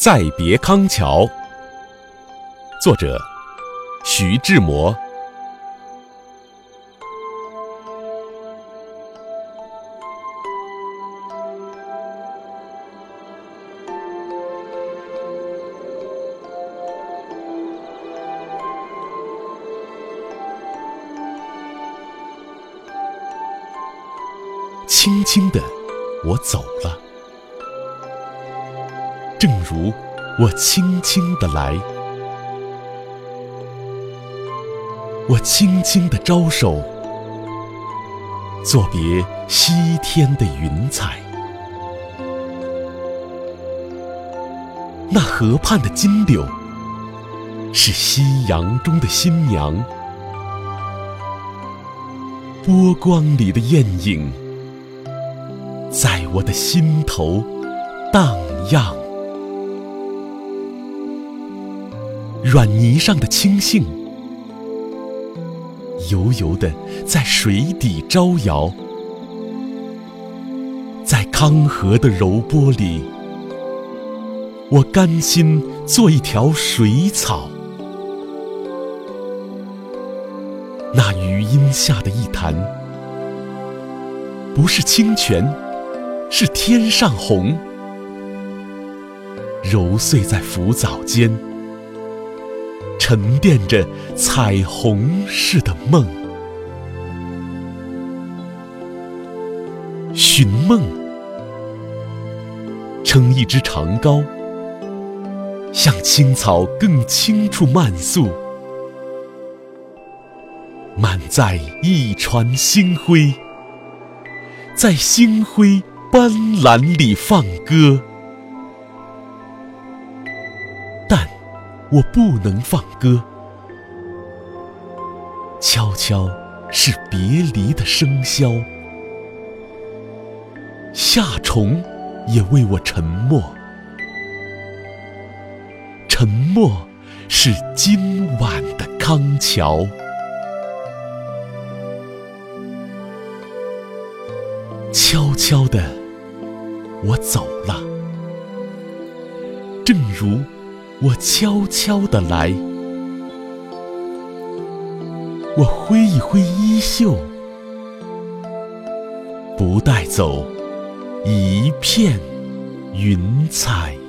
再别康桥，作者徐志摩。轻轻地，我走了，正如我轻轻地来。我轻轻地招手，作别西天的云彩。那河畔的金柳，是夕阳中的新娘，波光里的艳影，在我的心头荡漾。软泥上的青荇，悠悠地在水底招摇，在康河的柔波里，我甘心做一条水草。那余荫下的一潭，不是清泉，是天上虹，揉碎在浮藻间，沉淀着彩虹似的梦。寻梦，撑一支长篙，向青草更青处漫溯，满载一船星辉，在星辉斑斓里放歌。但我不能放歌，悄悄是别离的笙箫，夏虫也为我沉默，沉默是今晚的康桥。悄悄地，我走了，正如我悄悄地来。我挥一挥衣袖，不带走一片云彩。